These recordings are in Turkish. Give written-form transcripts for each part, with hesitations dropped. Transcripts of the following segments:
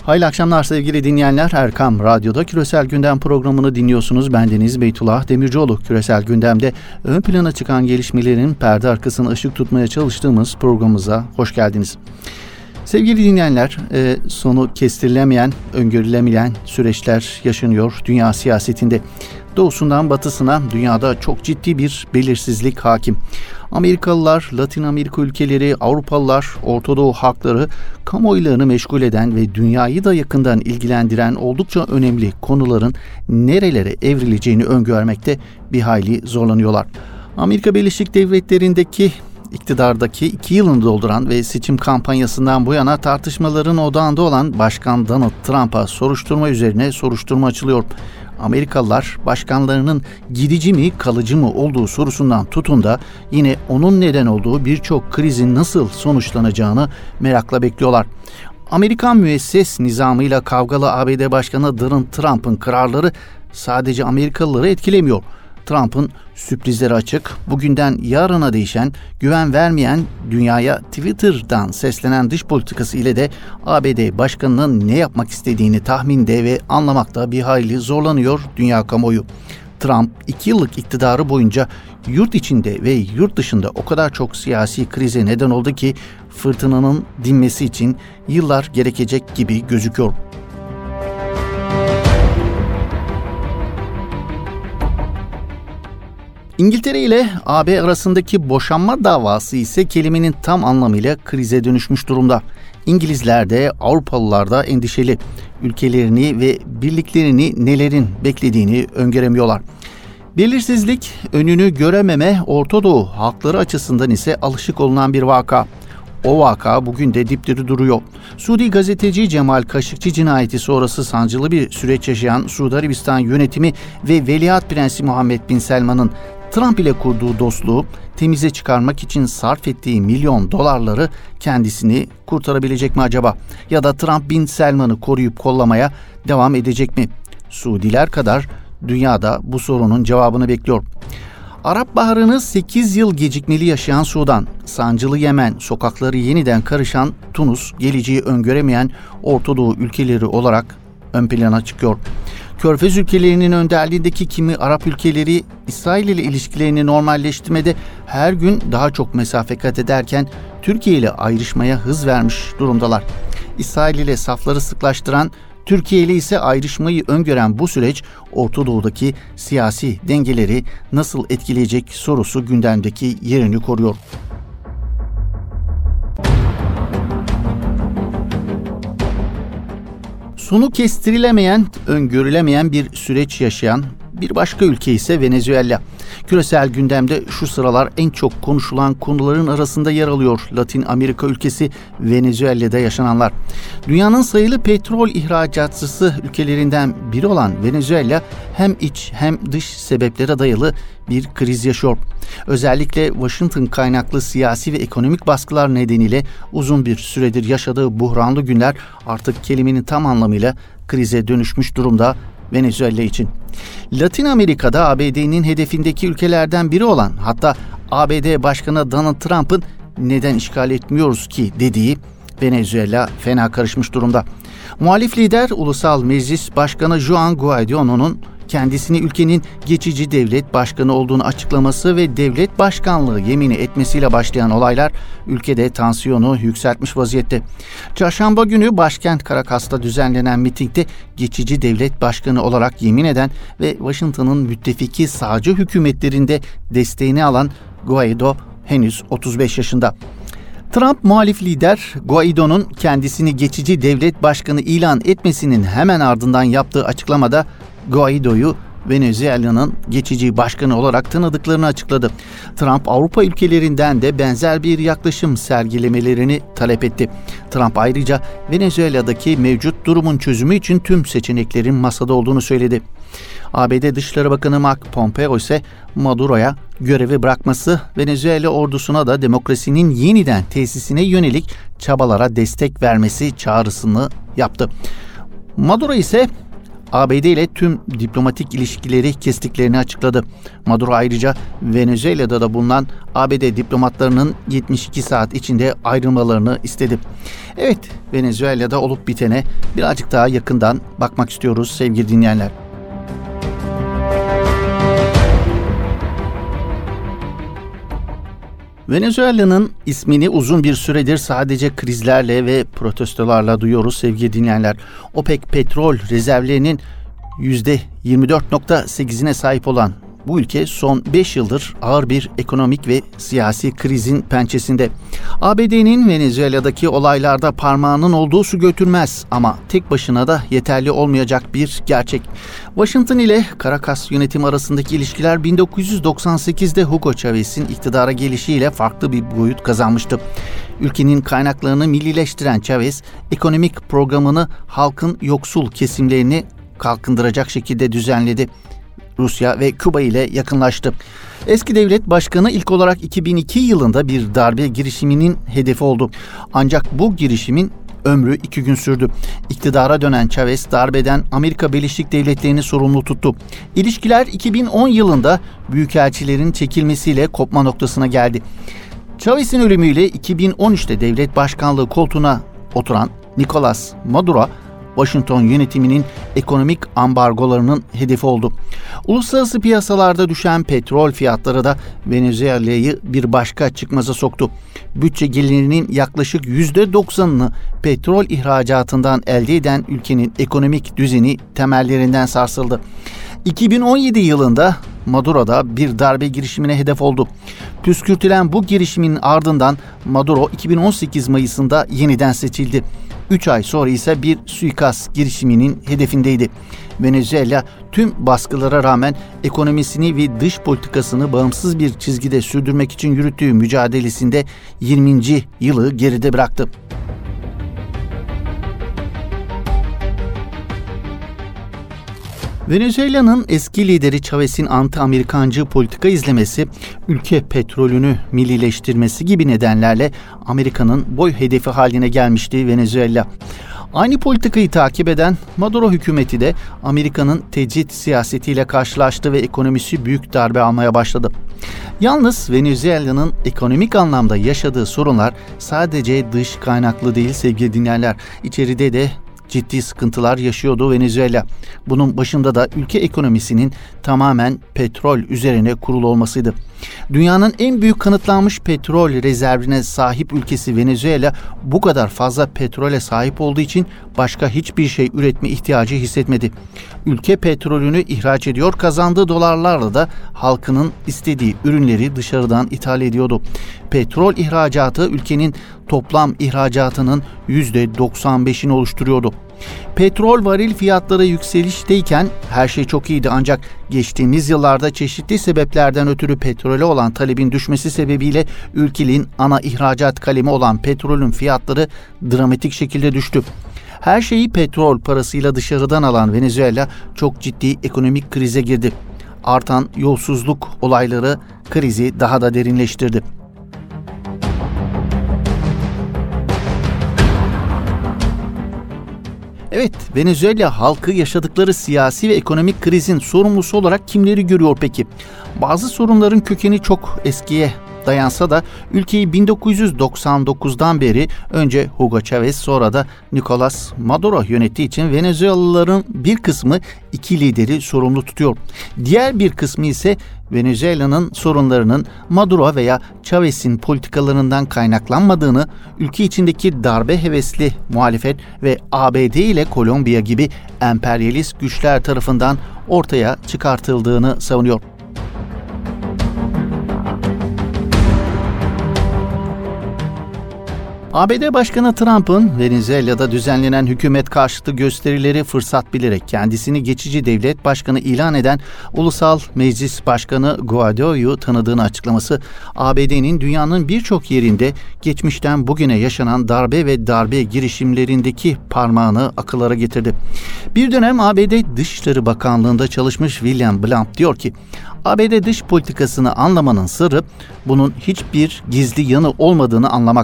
Hayırlı akşamlar sevgili dinleyenler. Erkam Radyo'da Küresel Gündem programını dinliyorsunuz. Bendeniz Beytullah Demircioğlu. Küresel Gündem'de ön plana çıkan gelişmelerin perde arkasına ışık tutmaya çalıştığımız programımıza hoş geldiniz. Sevgili dinleyenler, sonu kestirilemeyen, öngörülemeyen süreçler yaşanıyor dünya siyasetinde. Doğusundan batısına dünyada çok ciddi bir belirsizlik hakim. Amerikalılar, Latin Amerika ülkeleri, Avrupalılar, Orta Doğu halkları kamuoylarını meşgul eden ve dünyayı da yakından ilgilendiren oldukça önemli konuların nerelere evrileceğini öngörmekte bir hayli zorlanıyorlar. Amerika Birleşik Devletleri'ndeki iktidardaki 2 yılını dolduran ve seçim kampanyasından bu yana tartışmaların odağında olan Başkan Donald Trump'a soruşturma üzerine soruşturma açılıyor. Amerikalılar başkanlarının gidici mi kalıcı mı olduğu sorusundan tutun da yine onun neden olduğu birçok krizin nasıl sonuçlanacağını merakla bekliyorlar. Amerikan müesses nizamıyla kavgalı ABD Başkanı Donald Trump'ın kararları sadece Amerikalıları etkilemiyor. Trump'ın sürprizleri açık, bugünden yarına değişen, güven vermeyen, dünyaya Twitter'dan seslenen dış politikası ile de ABD Başkanı'nın ne yapmak istediğini tahminde ve anlamakta bir hayli zorlanıyor dünya kamuoyu. Trump 2 yıllık iktidarı boyunca yurt içinde ve yurt dışında o kadar çok siyasi krize neden oldu ki fırtınanın dinmesi için yıllar gerekecek gibi gözüküyor. İngiltere ile AB arasındaki boşanma davası ise kelimenin tam anlamıyla krize dönüşmüş durumda. İngilizler de Avrupalılar da endişeli. Ülkelerini ve birliklerini nelerin beklediğini öngöremiyorlar. Belirsizlik, önünü görememe Orta Doğu halkları açısından ise alışık olunan bir vaka. O vaka bugün de dipdiri duruyor. Suudi gazeteci Cemal Kaşıkçı cinayeti sonrası sancılı bir süreç yaşayan Suudi Arabistan yönetimi ve Veliaht Prensi Muhammed Bin Selman'ın Trump ile kurduğu dostluğu temize çıkarmak için sarf ettiği milyon dolarları kendisini kurtarabilecek mi acaba? Ya da Trump Bin Selman'ı koruyup kollamaya devam edecek mi? Suudiler kadar dünyada bu sorunun cevabını bekliyor. Arap Baharı'nı 8 yıl gecikmeli yaşayan Sudan, sancılı Yemen, sokakları yeniden karışan Tunus, geleceği öngöremeyen Orta Doğu ülkeleri olarak ön plana çıkıyor. Körfez ülkelerinin önderliğindeki kimi Arap ülkeleri İsrail ile ilişkilerini normalleştirmede her gün daha çok mesafe kat ederken Türkiye ile ayrışmaya hız vermiş durumdalar. İsrail ile safları sıklaştıran, Türkiye ile ise ayrışmayı öngören bu süreç Orta Doğu'daki siyasi dengeleri nasıl etkileyecek sorusu gündemdeki yerini koruyor. Sonu kestirilemeyen, öngörülemeyen bir süreç yaşayan bir başka ülke ise Venezuela. Küresel gündemde şu sıralar en çok konuşulan konuların arasında yer alıyor Latin Amerika ülkesi Venezuela'da yaşananlar. Dünyanın sayılı petrol ihracatçısı ülkelerinden biri olan Venezuela hem iç hem dış sebeplere dayalı bir kriz yaşıyor. Özellikle Washington kaynaklı siyasi ve ekonomik baskılar nedeniyle uzun bir süredir yaşadığı buhranlı günler artık kelimenin tam anlamıyla krize dönüşmüş durumda Venezuela için. Latin Amerika'da ABD'nin hedefindeki ülkelerden biri olan, hatta ABD Başkanı Donald Trump'ın neden işgal etmiyoruz ki dediği Venezuela fena karışmış durumda. Muhalif lider Ulusal Meclis Başkanı Juan Guaido'nun kendisini ülkenin geçici devlet başkanı olduğunu açıklaması ve devlet başkanlığı yemini etmesiyle başlayan olaylar ülkede tansiyonu yükseltmiş vaziyette. Çarşamba günü başkent Caracas'ta düzenlenen mitingde geçici devlet başkanı olarak yemin eden ve Washington'ın müttefiki sağcı hükümetlerinde desteğini alan Guaido henüz 35 yaşında. Trump muhalif lider Guaido'nun kendisini geçici devlet başkanı ilan etmesinin hemen ardından yaptığı açıklamada Guaido'yu Venezuela'nın geçici başkanı olarak tanıdıklarını açıkladı. Trump Avrupa ülkelerinden de benzer bir yaklaşım sergilemelerini talep etti. Trump ayrıca Venezuela'daki mevcut durumun çözümü için tüm seçeneklerin masada olduğunu söyledi. ABD Dışişleri Bakanı Mike Pompeo ise Maduro'ya görevi bırakması, Venezuela ordusuna da demokrasinin yeniden tesisine yönelik çabalara destek vermesi çağrısını yaptı. Maduro ise ABD ile tüm diplomatik ilişkileri kestiklerini açıkladı. Maduro ayrıca Venezuela'da da bulunan ABD diplomatlarının 72 saat içinde ayrılmalarını istedi. Evet, Venezuela'da olup bitene birazcık daha yakından bakmak istiyoruz sevgili dinleyenler. Venezuela'nın ismini uzun bir süredir sadece krizlerle ve protestolarla duyuyoruz sevgili dinleyenler. OPEC petrol rezervlerinin %24.8'ine sahip olan bu ülke son 5 yıldır ağır bir ekonomik ve siyasi krizin pençesinde. ABD'nin Venezuela'daki olaylarda parmağının olduğu su götürmez ama tek başına da yeterli olmayacak bir gerçek. Washington ile Caracas yönetimi arasındaki ilişkiler 1998'de Hugo Chávez'in iktidara gelişiyle farklı bir boyut kazanmıştı. Ülkenin kaynaklarını millileştiren Chávez, ekonomik programını halkın yoksul kesimlerini kalkındıracak şekilde düzenledi. Rusya ve Küba ile yakınlaştı. Eski devlet başkanı ilk olarak 2002 yılında bir darbe girişiminin hedefi oldu. Ancak bu girişimin ömrü 2 gün sürdü. İktidara dönen Chávez darbeden Amerika Birleşik Devletleri'ni sorumlu tuttu. İlişkiler 2010 yılında büyükelçilerin çekilmesiyle kopma noktasına geldi. Chávez'in ölümüyle 2013'te devlet başkanlığı koltuğuna oturan Nicolás Maduro, Washington yönetiminin ekonomik ambargolarının hedefi oldu. Uluslararası piyasalarda düşen petrol fiyatları da Venezuela'yı bir başka çıkmaza soktu. Bütçe gelirinin yaklaşık %90'ını petrol ihracatından elde eden ülkenin ekonomik düzeni temellerinden sarsıldı. 2017 yılında Maduro da bir darbe girişimine hedef oldu. Püskürtülen bu girişimin ardından Maduro 2018 Mayıs'ında yeniden seçildi. 3 ay sonra ise bir suikast girişiminin hedefindeydi. Venezuela tüm baskılara rağmen ekonomisini ve dış politikasını bağımsız bir çizgide sürdürmek için yürüttüğü mücadelesinde 20. yılı geride bıraktı. Venezuela'nın eski lideri Chávez'in anti-Amerikancı politika izlemesi, ülke petrolünü millileştirmesi gibi nedenlerle Amerika'nın boy hedefi haline gelmişti Venezuela. Aynı politikayı takip eden Maduro hükümeti de Amerika'nın tecrit siyasetiyle karşılaştı ve ekonomisi büyük darbe almaya başladı. Yalnız Venezuela'nın ekonomik anlamda yaşadığı sorunlar sadece dış kaynaklı değil sevgili dinleyenler. İçeride de ciddi sıkıntılar yaşıyordu Venezuela. Bunun başında da ülke ekonomisinin tamamen petrol üzerine kurulu olmasıydı. Dünyanın en büyük kanıtlanmış petrol rezervine sahip ülkesi Venezuela bu kadar fazla petrole sahip olduğu için başka hiçbir şey üretme ihtiyacı hissetmedi. Ülke petrolünü ihraç ediyor, kazandığı dolarlarla da halkının istediği ürünleri dışarıdan ithal ediyordu. Petrol ihracatı ülkenin toplam ihracatının %95'ini oluşturuyordu. Petrol varil fiyatları yükselişteyken her şey çok iyiydi ancak geçtiğimiz yıllarda çeşitli sebeplerden ötürü petrole olan talebin düşmesi sebebiyle ülkenin ana ihracat kalemi olan petrolün fiyatları dramatik şekilde düştü. Her şeyi petrol parasıyla dışarıdan alan Venezuela çok ciddi ekonomik krize girdi. Artan yolsuzluk olayları krizi daha da derinleştirdi. Evet, Venezuela halkı yaşadıkları siyasi ve ekonomik krizin sorumlusu olarak kimleri görüyor peki? Bazı sorunların kökeni çok eskiye dayansa da ülkeyi 1999'dan beri önce Hugo Chávez sonra da Nicolás Maduro yönettiği için Venezuelalıların bir kısmı iki lideri sorumlu tutuyor. Diğer bir kısmı ise Venezuela'nın sorunlarının Maduro veya Chávez'in politikalarından kaynaklanmadığını, ülke içindeki darbe hevesli muhalefet ve ABD ile Kolombiya gibi emperyalist güçler tarafından ortaya çıkartıldığını savunuyor. ABD Başkanı Trump'ın Venezuela'da düzenlenen hükümet karşıtı gösterileri fırsat bilerek kendisini geçici devlet başkanı ilan eden Ulusal Meclis Başkanı Guaido'yu tanıdığını açıklaması, ABD'nin dünyanın birçok yerinde geçmişten bugüne yaşanan darbe ve darbe girişimlerindeki parmağını akıllara getirdi. Bir dönem ABD Dışişleri Bakanlığı'nda çalışmış William Blount diyor ki, ABD dış politikasını anlamanın sırrı bunun hiçbir gizli yanı olmadığını anlamaktır.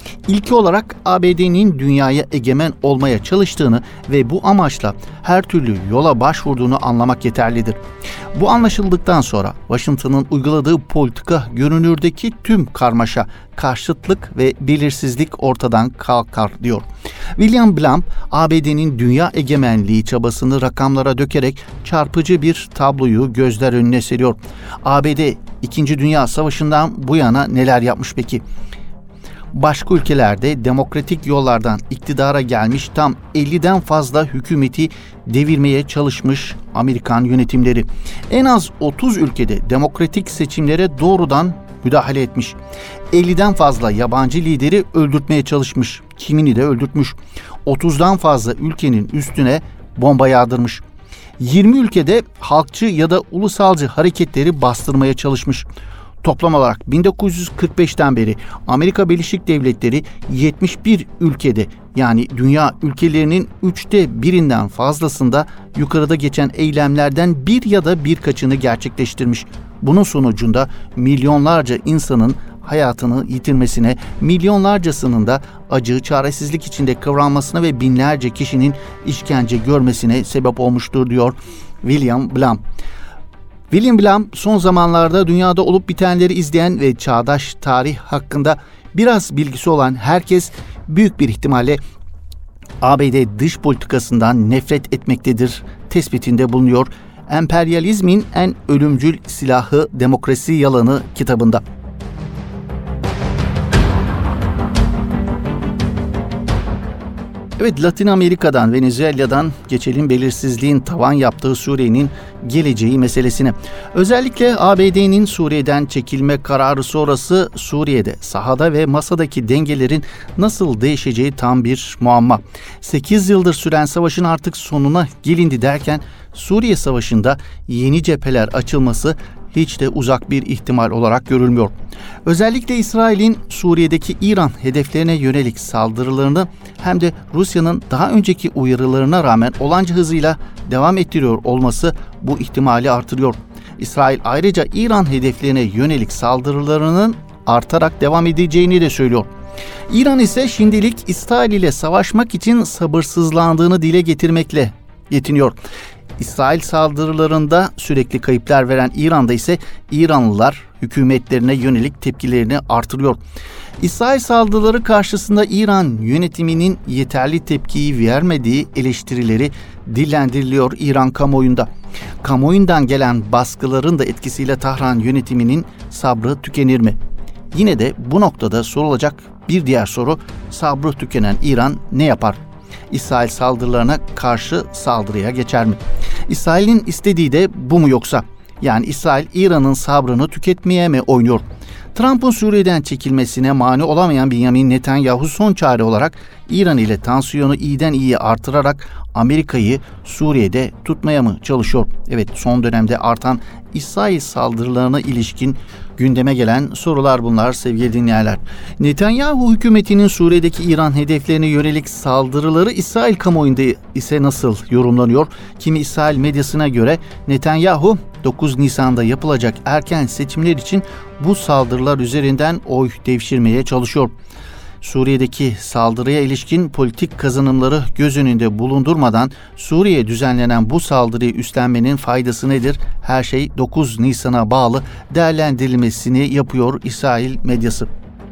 İlki olarak ABD'nin dünyaya egemen olmaya çalıştığını ve bu amaçla her türlü yola başvurduğunu anlamak yeterlidir. Bu anlaşıldıktan sonra Washington'ın uyguladığı politika görünürdeki tüm karmaşa, karşıtlık ve belirsizlik ortadan kalkar diyor. William Blum, ABD'nin dünya egemenliği çabasını rakamlara dökerek çarpıcı bir tabloyu gözler önüne seriyor. ABD, İkinci Dünya Savaşı'ndan bu yana neler yapmış peki? Başka ülkelerde demokratik yollardan iktidara gelmiş tam 50'den fazla hükümeti devirmeye çalışmış Amerikan yönetimleri. En az 30 ülkede demokratik seçimlere doğrudan müdahale etmiş. 50'den fazla yabancı lideri öldürtmeye çalışmış. Kimini de öldürtmüş. 30'dan fazla ülkenin üstüne bomba yağdırmış. 20 ülkede halkçı ya da ulusalcı hareketleri bastırmaya çalışmış. Toplam olarak 1945'ten beri Amerika Birleşik Devletleri 71 ülkede, yani dünya ülkelerinin 1/3'ünden fazlasında yukarıda geçen eylemlerden bir ya da birkaçını gerçekleştirmiş. Bunun sonucunda milyonlarca insanın hayatını yitirmesine, milyonlarcasının da acı, çaresizlik içinde kıvranmasına ve binlerce kişinin işkence görmesine sebep olmuştur diyor William Blum. William Blum, son zamanlarda dünyada olup bitenleri izleyen ve çağdaş tarih hakkında biraz bilgisi olan herkes büyük bir ihtimalle ABD dış politikasından nefret etmektedir tespitinde bulunuyor. Emperyalizmin en ölümcül silahı demokrasi yalanı kitabında. Evet, Latin Amerika'dan, Venezuela'dan geçelim belirsizliğin tavan yaptığı Suriye'nin geleceği meselesine. Özellikle ABD'nin Suriye'den çekilme kararı sonrası Suriye'de sahada ve masadaki dengelerin nasıl değişeceği tam bir muamma. 8 yıldır süren savaşın artık sonuna gelindi derken Suriye Savaşı'nda yeni cepheler açılması hiç de uzak bir ihtimal olarak görülmüyor. Özellikle İsrail'in Suriye'deki İran hedeflerine yönelik saldırılarını hem de Rusya'nın daha önceki uyarılarına rağmen olanca hızıyla devam ettiriyor olması bu ihtimali artırıyor. İsrail ayrıca İran hedeflerine yönelik saldırılarının artarak devam edeceğini de söylüyor. İran ise şimdilik İsrail ile savaşmak için sabırsızlandığını dile getirmekle yetiniyor. İsrail saldırılarında sürekli kayıplar veren İran'da ise İranlılar hükümetlerine yönelik tepkilerini artırıyor. İsrail saldırıları karşısında İran yönetiminin yeterli tepkiyi vermediği eleştirileri dillendiriliyor İran kamuoyunda. Kamuoyundan gelen baskıların da etkisiyle Tahran yönetiminin sabrı tükenir mi? Yine de bu noktada sorulacak bir diğer soru, sabrı tükenen İran ne yapar? İsrail saldırılarına karşı saldırıya geçer mi? İsrail'in istediği de bu mu yoksa? Yani İsrail İran'ın sabrını tüketmeye mi oynuyor? Trump'ın Suriye'den çekilmesine mani olamayan Benjamin Netanyahu son çare olarak İran ile tansiyonu iyiden iyiye artırarak Amerika'yı Suriye'de tutmaya mı çalışıyor? Evet, son dönemde artan İsrail saldırılarına ilişkin gündeme gelen sorular bunlar sevgili dinleyenler. Netanyahu hükümetinin Suriye'deki İran hedeflerine yönelik saldırıları İsrail kamuoyunda ise nasıl yorumlanıyor? Kimi İsrail medyasına göre Netanyahu 9 Nisan'da yapılacak erken seçimler için bu saldırılar üzerinden oy devşirmeye çalışıyor. Suriye'deki saldırıya ilişkin politik kazanımları göz önünde bulundurmadan Suriye'ye düzenlenen bu saldırıyı üstlenmenin faydası nedir? Her şey 9 Nisan'a bağlı değerlendirilmesini yapıyor İsrail medyası.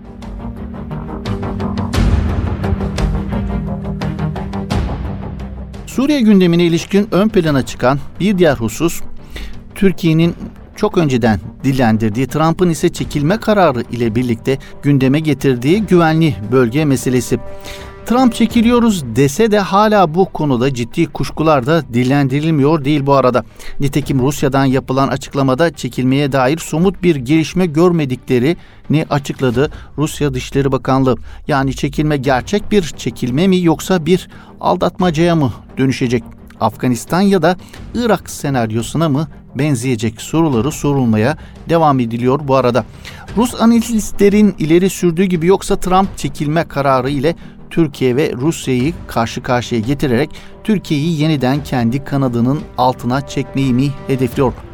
Suriye gündemine ilişkin ön plana çıkan bir diğer husus, Türkiye'nin çok önceden dillendirdiği, Trump'ın ise çekilme kararı ile birlikte gündeme getirdiği güvenli bölge meselesi. Trump çekiliyoruz dese de hala bu konuda ciddi kuşkular da dillendirilmiyor değil bu arada. Nitekim Rusya'dan yapılan açıklamada çekilmeye dair somut bir gelişme görmediklerini açıkladı Rusya Dışişleri Bakanlığı. Yani çekilme gerçek bir çekilme mi yoksa bir aldatmacaya mı dönüşecek? Afganistan ya da Irak senaryosuna mı benzeyecek soruları sorulmaya devam ediliyor bu arada. Rus analistlerin ileri sürdüğü gibi yoksa Trump çekilme kararı ile Türkiye ve Rusya'yı karşı karşıya getirerek Türkiye'yi yeniden kendi kanadının altına çekmeyi mi hedefliyor?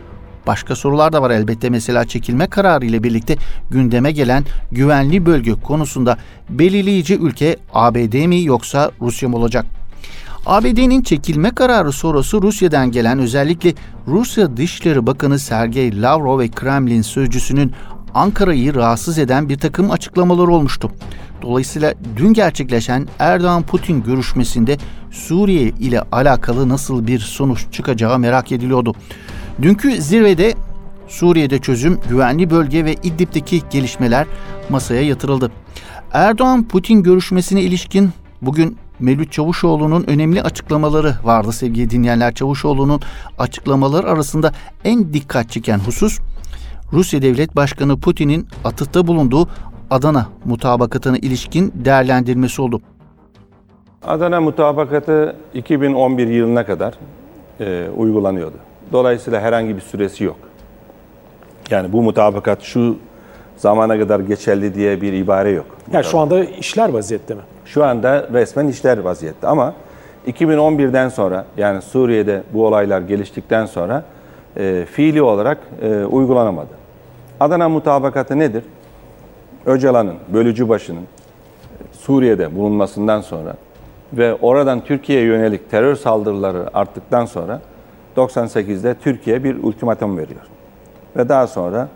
Başka sorular da var elbette. Mesela çekilme kararı ile birlikte gündeme gelen güvenli bölge konusunda belirleyici ülke ABD mi yoksa Rusya mı olacak? ABD'nin çekilme kararı sonrası Rusya'dan gelen, özellikle Rusya Dışişleri Bakanı Sergey Lavrov ve Kremlin sözcüsünün Ankara'yı rahatsız eden bir takım açıklamaları olmuştu. Dolayısıyla dün gerçekleşen Erdoğan-Putin görüşmesinde Suriye ile alakalı nasıl bir sonuç çıkacağı merak ediliyordu. Dünkü zirvede Suriye'de çözüm, güvenli bölge ve İdlib'deki gelişmeler masaya yatırıldı. Erdoğan-Putin görüşmesine ilişkin bugün Mevlüt Çavuşoğlu'nun önemli açıklamaları vardı sevgili dinleyenler. Çavuşoğlu'nun açıklamaları arasında en dikkat çeken husus, Rusya Devlet Başkanı Putin'in atıfta bulunduğu Adana Mutabakatı'na ilişkin değerlendirmesi oldu. Adana Mutabakatı 2011 yılına kadar uygulanıyordu. Dolayısıyla herhangi bir süresi yok. Yani bu mutabakat şu zamana kadar geçerli diye bir ibare yok. Yani şu anda işler vaziyette mi? Şu anda resmen işler vaziyette ama 2011'den sonra, yani Suriye'de bu olaylar geliştikten sonra fiili olarak uygulanamadı. Adana Mutabakatı nedir? Öcalan'ın, bölücü başının Suriye'de bulunmasından sonra ve oradan Türkiye'ye yönelik terör saldırıları arttıktan sonra 98'de Türkiye bir ultimatum veriyor. Ve daha sonra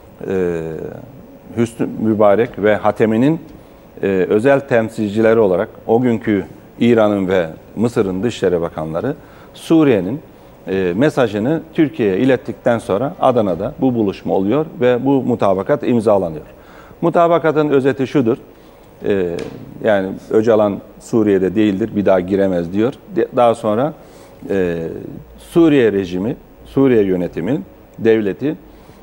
Hüsnü Mübarek ve Hatemi'nin özel temsilcileri olarak o günkü İran'ın ve Mısır'ın Dışişleri Bakanları Suriye'nin mesajını Türkiye'ye ilettikten sonra Adana'da bu buluşma oluyor ve bu mutabakat imzalanıyor. Mutabakatın özeti şudur, yani Öcalan Suriye'de değildir, bir daha giremez diyor. Daha sonra Suriye rejimi, Suriye yönetimi, devleti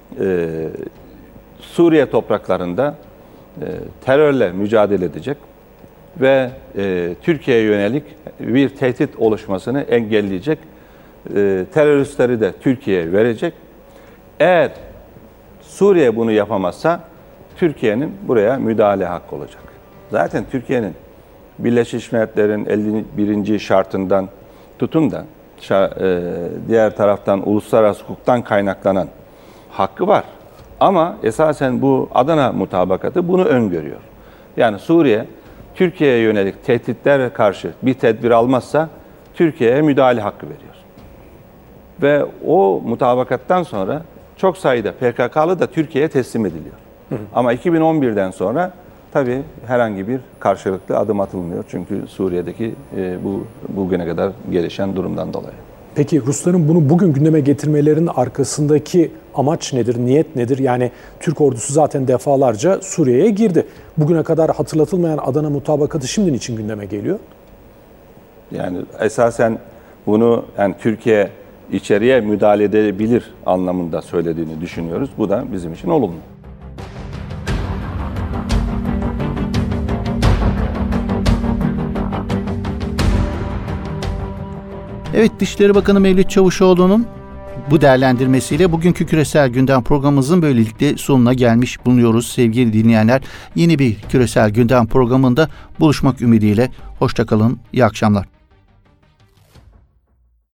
Suriye topraklarında terörle mücadele edecek ve Türkiye'ye yönelik bir tehdit oluşmasını engelleyecek, teröristleri de Türkiye'ye verecek. Eğer Suriye bunu yapamazsa Türkiye'nin buraya müdahale hakkı olacak. Zaten Türkiye'nin Birleşmiş Milletler'in 51. şartından tutun da diğer taraftan uluslararası hukuktan kaynaklanan hakkı var. Ama esasen bu Adana Mutabakatı bunu öngörüyor. Yani Suriye, Türkiye'ye yönelik tehditlere karşı bir tedbir almazsa Türkiye'ye müdahale hakkı veriyor. Ve o mutabakattan sonra çok sayıda PKK'lı da Türkiye'ye teslim ediliyor. Ama 2011'den sonra tabii herhangi bir karşılıklı adım atılmıyor. Çünkü Suriye'deki bugüne kadar gelişen durumdan dolayı. Peki Rusların bunu bugün gündeme getirmelerinin arkasındaki amaç nedir, niyet nedir? Yani Türk ordusu zaten defalarca Suriye'ye girdi. Bugüne kadar hatırlatılmayan Adana Mutabakatı şimdi niçin gündeme geliyor? Yani esasen bunu yani Türkiye içeriye müdahale edebilir anlamında söylediğini düşünüyoruz. Bu da bizim için olumlu. Evet, Dışişleri Bakanı Mevlüt Çavuşoğlu'nun bu değerlendirmesiyle bugünkü Küresel Gündem programımızın böylelikle sonuna gelmiş bulunuyoruz sevgili dinleyenler. Yeni bir Küresel Gündem programında buluşmak ümidiyle. Hoşça kalın, iyi akşamlar.